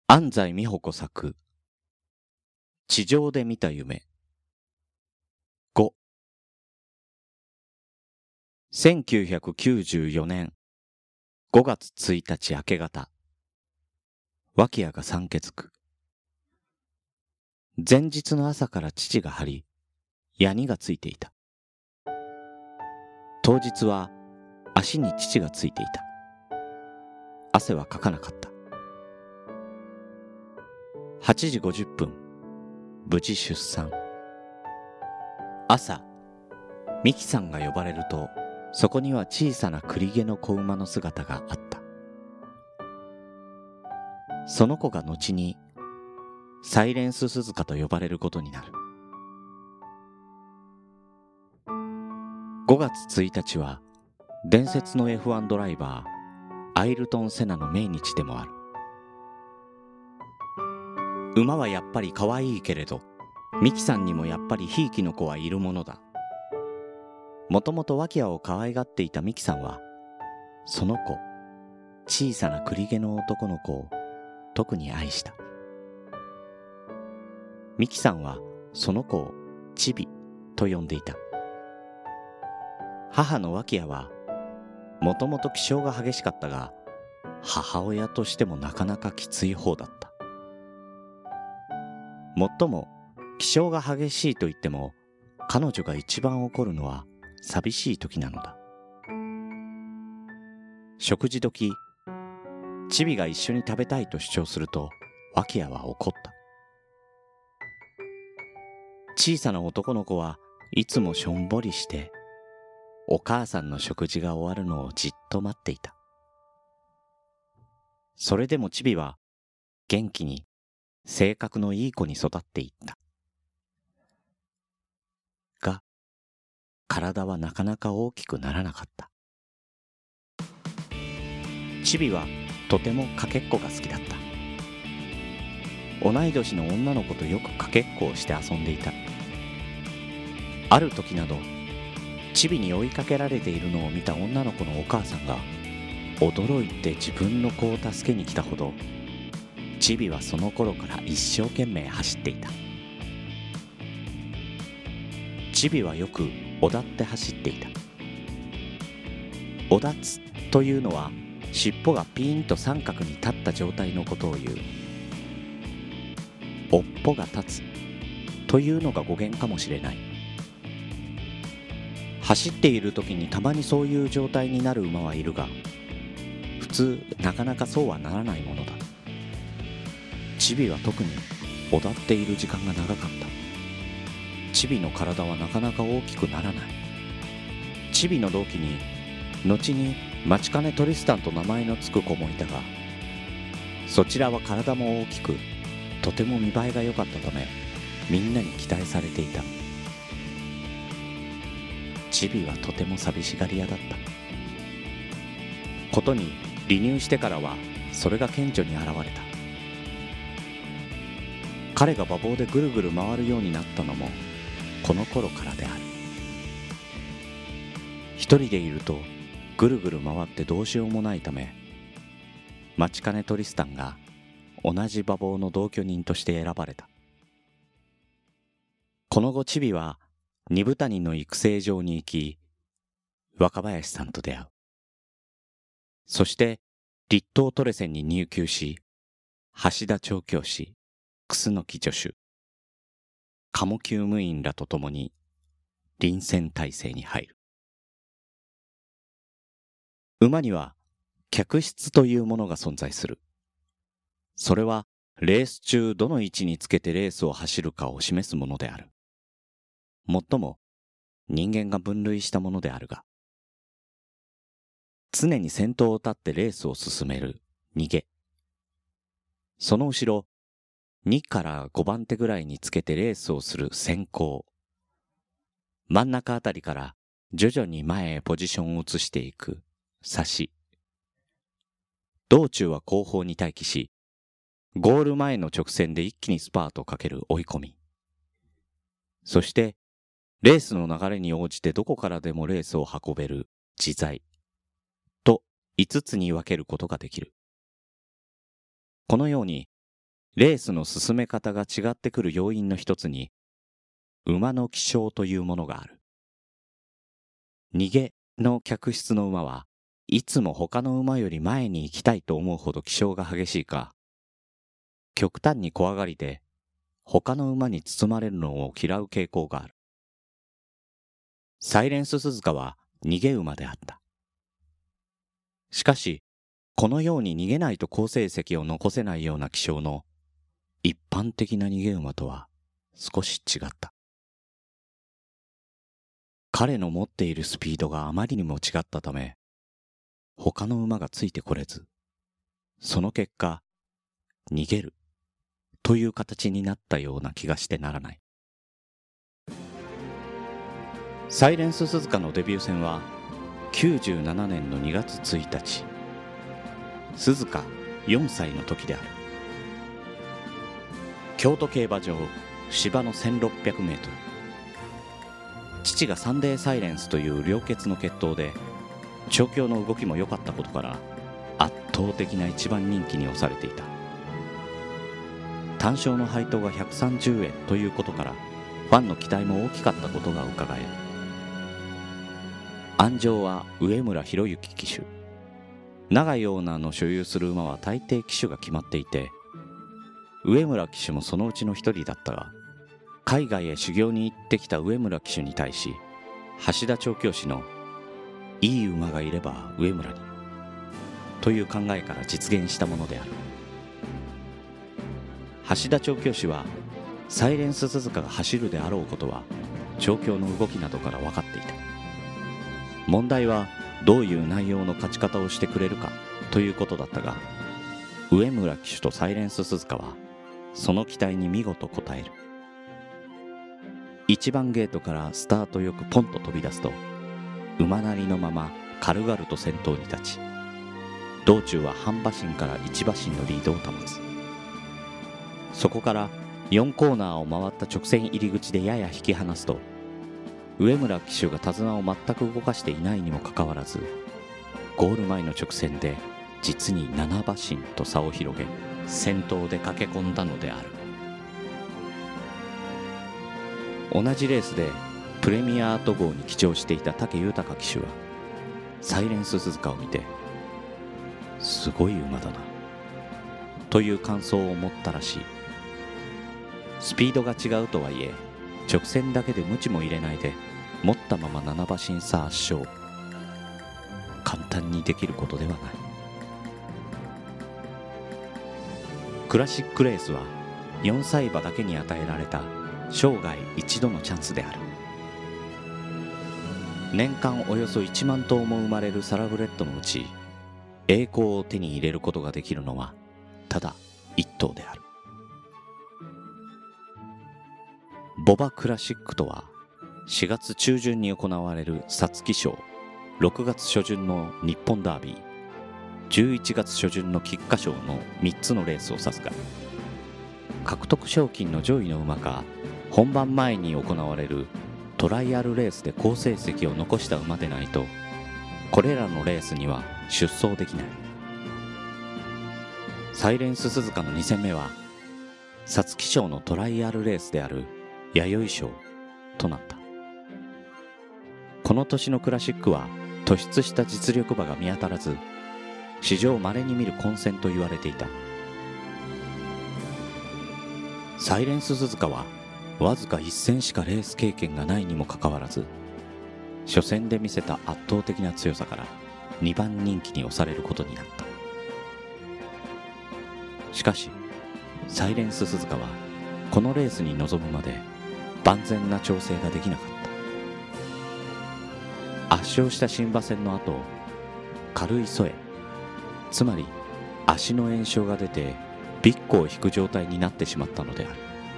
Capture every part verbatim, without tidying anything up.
安西美穂子作地上で見た夢ご。せんきゅうひゃくきゅうじゅうよねんごがつついたち明け方、脇屋が産気づく。前日の朝から父が張り、ヤニがついていた。当日は足に父がついていた。汗はかかなかった。はちじごじゅっぷん、無事出産。朝、美紀さんが呼ばれると、そこには小さな栗毛の子馬の姿があった。その子が後にサイレンス鈴鹿と呼ばれることになる。ごがつついたちは伝説の エフワン ドライバーアイルトン・セナの命日でもある。馬はやっぱり可愛いけれど、美紀さんにもやっぱりひいきの子はいるものだ。もともと脇屋を可愛がっていた美紀さんは、その子、小さな栗毛の男の子を特に愛した。美紀さんはその子をチビと呼んでいた。母の脇屋は、もともと気性が激しかったが、母親としてもなかなかきつい方だった。もっとも気性が激しいと言っても、彼女が一番怒るのは寂しい時なのだ。食事時、チビが一緒に食べたいと主張すると、脇屋は怒った。小さな男の子はいつもしょんぼりして、お母さんの食事が終わるのをじっと待っていた。それでもチビは元気に性格のいい子に育っていった。が、体はなかなか大きくならなかった。チビはとてもかけっこが好きだった。同い年の女の子とよくかけっこをして遊んでいた。ある時など、チビに追いかけられているのを見た女の子のお母さんが驚いて自分の子を助けに来たほど、チビはその頃から一生懸命走っていた。チビはよくおだって走っていた。おだつというのは尻尾がピーンと三角に立った状態のことを言う。おっぽが立つというのが語源かもしれない。走っている時にたまにそういう状態になる馬はいるが、普通なかなかそうはならないものだ。チビは特におだっている時間が長かった。チビの体はなかなか大きくならない。チビの同期に後にマチカネ・トリスタンと名前のつく子もいたが、そちらは体も大きくとても見栄えが良かったため、みんなに期待されていた。チビはとても寂しがり屋だった。ことに離乳してからはそれが顕著に現れた。彼が馬房でぐるぐる回るようになったのもこの頃からである。一人でいるとぐるぐる回ってどうしようもないため、マチカネ・トリスタンが同じ馬房の同居人として選ばれた。この後チビは二部谷の育成場に行き、若林さんと出会う。そして立東トレセンに入厩し、橋田調教師、楠木助手、鴨厩務員らと共に臨戦態勢に入る。馬には脚質というものが存在する。それはレース中どの位置につけてレースを走るかを示すものである。もっとも人間が分類したものであるが、常に先頭を立ってレースを進める逃げ。その後ろ、にからごばん手ぐらいにつけてレースをする先行。真ん中あたりから徐々に前へポジションを移していく差し。道中は後方に待機し、ゴール前の直線で一気にスパートをかける追い込み。そして、レースの流れに応じてどこからでもレースを運べる自在と五つに分けることができる。このようにレースの進め方が違ってくる要因の一つに、馬の気性というものがある。逃げの客室の馬はいつも他の馬より前に行きたいと思うほど気性が激しいか、極端に怖がりで他の馬に包まれるのを嫌う傾向がある。サイレンス鈴鹿は逃げ馬であった。しかし、このように逃げないと好成績を残せないような気性の一般的な逃げ馬とは少し違った。彼の持っているスピードがあまりにも違ったため、他の馬がついてこれず、その結果、逃げるという形になったような気がしてならない。サイレンス鈴鹿のデビュー戦はきゅうじゅうななねんのにがつついたち、鈴鹿よんさいの時である。京都競馬場芝のせんろっぴゃくメートル。父がサンデーサイレンスという良血の血統で、調教の動きも良かったことから圧倒的な一番人気に押されていた。単勝の配当がひゃくさんじゅうえんということから、ファンの期待も大きかったことがうかがえる。鞍上は上村博之騎手。永井オーナーの所有する馬は大抵騎手が決まっていて、上村騎手もそのうちの一人だったが、海外へ修行に行ってきた上村騎手に対し、橋田調教師のいい馬がいれば上村にという考えから実現したものである。橋田調教師はサイレンス鈴鹿が走るであろうことは調教の動きなどから分かっていた。問題はどういう内容の勝ち方をしてくれるかということだったが、上村騎手とサイレンス鈴鹿はその期待に見事応える。一番ゲートからスタートよくポンと飛び出すと、馬なりのまま軽々と先頭に立ち、道中は半馬身から一馬身のリードを保つ。そこからよんコーナーを回った直線入り口でやや引き離すと、上村騎手が手綱を全く動かしていないにもかかわらず、ゴール前の直線で実になな馬身と差を広げ、先頭で駆け込んだのである。同じレースでプレミアアート号に騎乗していた武豊騎手はサイレンス鈴鹿を見て、すごい馬だなという感想を持ったらしい。スピードが違うとはいえ、直線だけでムチも入れないで持ったままなな馬身差圧勝、簡単にできることではない。クラシックレースはよんさい馬だけに与えられた生涯一度のチャンスである。年間およそいちまんとうも生まれるサラブレッドのうち、栄光を手に入れることができるのはただ一頭である。ボバクラシックとはしがつちゅうじゅんに行われる皐月賞、ろくがつしょじゅんの日本ダービー、じゅういちがつしょじゅんの菊花賞のみっつのレースを指すが、獲得賞金の上位の馬か本番前に行われるトライアルレースで好成績を残した馬でないと、これらのレースには出走できない。サイレンス鈴鹿のに戦目は皐月賞のトライアルレースである弥生賞となった。この年のクラシックは突出した実力馬が見当たらず、史上稀に見る混戦と言われていた。サイレンス鈴鹿はわずか一戦しかレース経験がないにもかかわらず、初戦で見せた圧倒的な強さからにばん人気に押されることになった。しかしサイレンス鈴鹿はこのレースに臨むまで万全な調整ができなかった。圧勝した新馬戦の後、軽い添え、つまり足の炎症が出てビッグを引く状態になってしまったのである。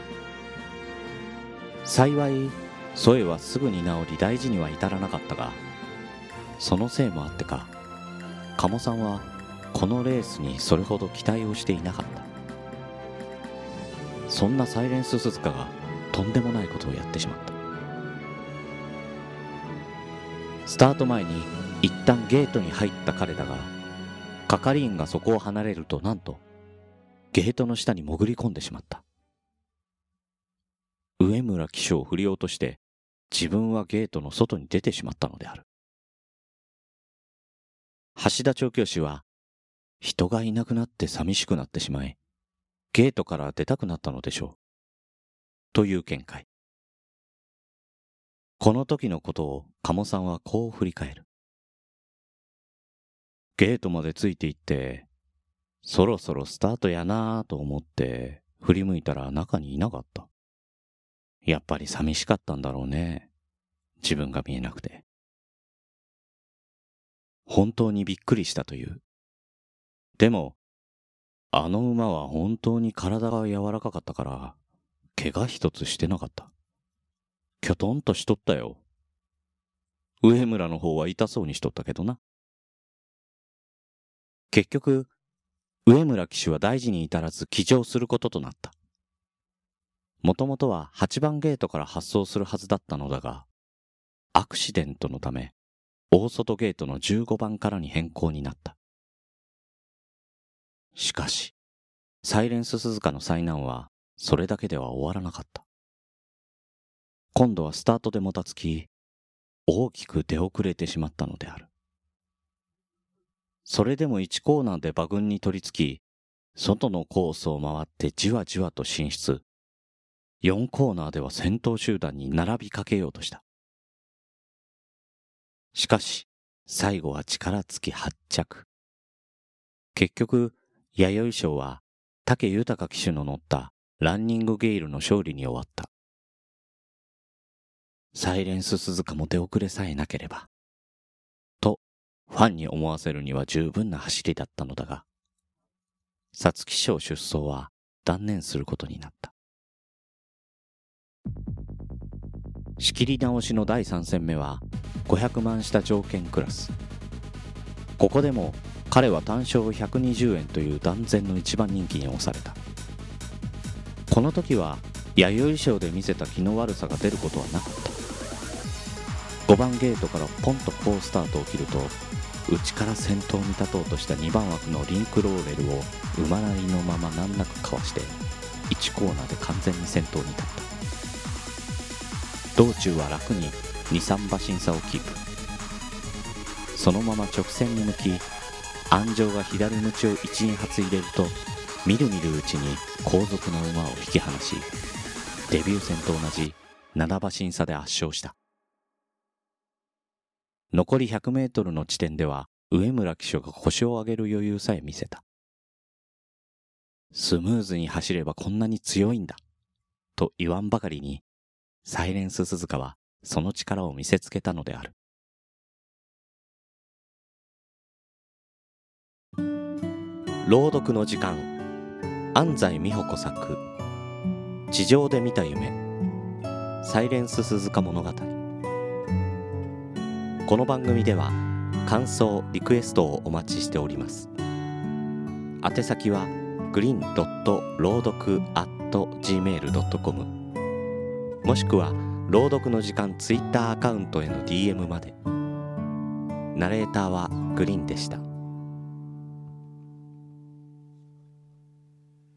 幸い添えはすぐに治り大事には至らなかったが、そのせいもあってか鴨さんはこのレースにそれほど期待をしていなかった。そんなサイレンス鈴鹿がとんでもないことをやってしまった。スタート前に一旦ゲートに入った彼だが、係員がそこを離れると、なんとゲートの下に潜り込んでしまった。上村騎手を振り落として自分はゲートの外に出てしまったのである。橋田調教師は人がいなくなって寂しくなってしまい、ゲートから出たくなったのでしょう。という見解。この時のことを鴨さんはこう振り返る。ゲートまでついて行って、そろそろスタートやなぁと思って振り向いたら中にいなかった。やっぱり寂しかったんだろうね。自分が見えなくて。本当にびっくりしたという。でも、あの馬は本当に体が柔らかかったから、怪我一つしてなかった。きょとんとしとったよ。上村の方は痛そうにしとったけどな。結局、上村騎手は大事に至らず騎乗することとなった。もともとははちばんゲートから発走するはずだったのだが、アクシデントのため、大外ゲートのじゅうごばんからに変更になった。しかし、サイレンス鈴鹿の災難はそれだけでは終わらなかった。今度はスタートでもたつき、大きく出遅れてしまったのである。それでもいちコーナーで馬群に取り付き、外のコースを回ってじわじわと進出。よんコーナーでは先頭集団に並びかけようとした。しかし、最後は力尽きはっ着。結局、弥生賞は武豊騎手の乗ったランニングゲイルの勝利に終わった。サイレンス鈴鹿も出遅れさえなければ。と、ファンに思わせるには十分な走りだったのだが、皐月賞出走は断念することになった。仕切り直しのだいさん戦目はごひゃくまん下条件クラス。ここでも彼は単勝ひゃくにじゅうえんという断然の一番人気に押された。この時は弥生賞で見せた気の悪さが出ることはなかった。ごばんゲートからポンと好スタートを切ると、内から先頭に立とうとしたにばん枠のリンクローレルを馬なりのまま難なくかわしていちコーナーで完全に先頭に立った。道中は楽にに、さん馬身差をキープ。そのまま直線に向き、安城が左ムチをいち、に発入れると、みるみるうちに後続の馬を引き離し、デビュー戦と同じなな馬身差で圧勝した。残りひゃくメートルの地点では上村騎手が腰を上げる余裕さえ見せた。スムーズに走ればこんなに強いんだと言わんばかりに、サイレンス鈴鹿はその力を見せつけたのである。朗読の時間。安西美穂子作地上で見た夢、サイレンス鈴鹿物語。この番組では感想リクエストをお待ちしております。宛先は グリーンドット朗読アットジーメールドットコム もしくは朗読の時間ツイッターアカウントへの ディーエム まで。ナレーターはグリーンでした。